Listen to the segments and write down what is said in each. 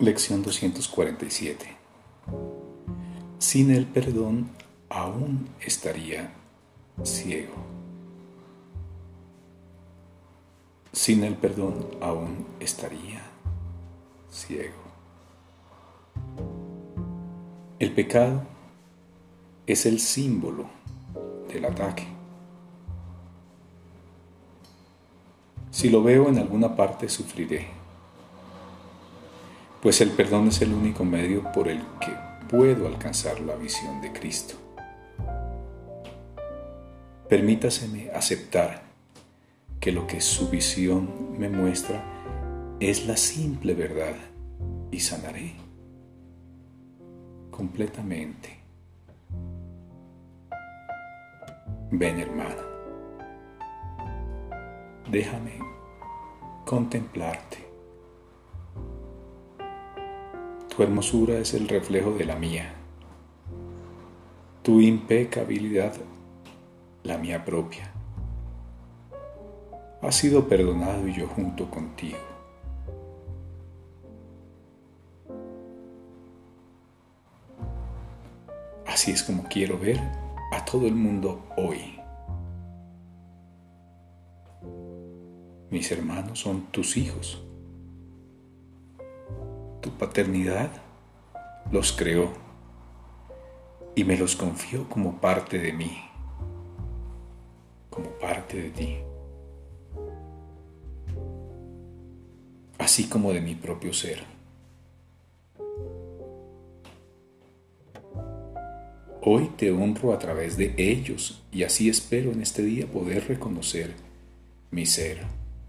Lección 247. Sin el perdón aún estaría ciego. Sin el perdón aún estaría ciego. El pecado es el símbolo del ataque. Si lo veo en alguna parte, sufriré, pues el perdón es el único medio por el que puedo alcanzar la visión de Cristo. Permítaseme aceptar que lo que su visión me muestra es la simple verdad y sanaré completamente. Ven, hermano, déjame contemplarte. Tu hermosura es el reflejo de la mía, tu impecabilidad la mía propia. Has sido perdonado y yo junto contigo. Así es como quiero ver a todo el mundo hoy. Mis hermanos son tus hijos. Tu paternidad los creó y me los confió como parte de mí, como parte de ti, así como de mi propio ser. Hoy te honro a través de ellos y así espero en este día poder reconocer mi ser.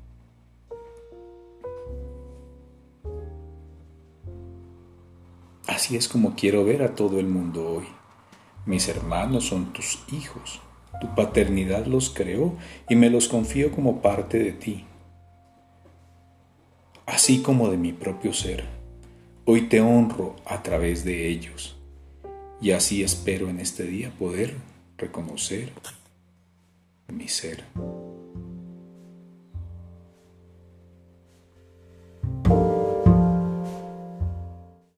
Así es como quiero ver a todo el mundo hoy. Mis hermanos son tus hijos. Tu paternidad los creó y me los confío como parte de ti, así como de mi propio ser. Hoy te honro a través de ellos y así espero en este día poder reconocer mi ser.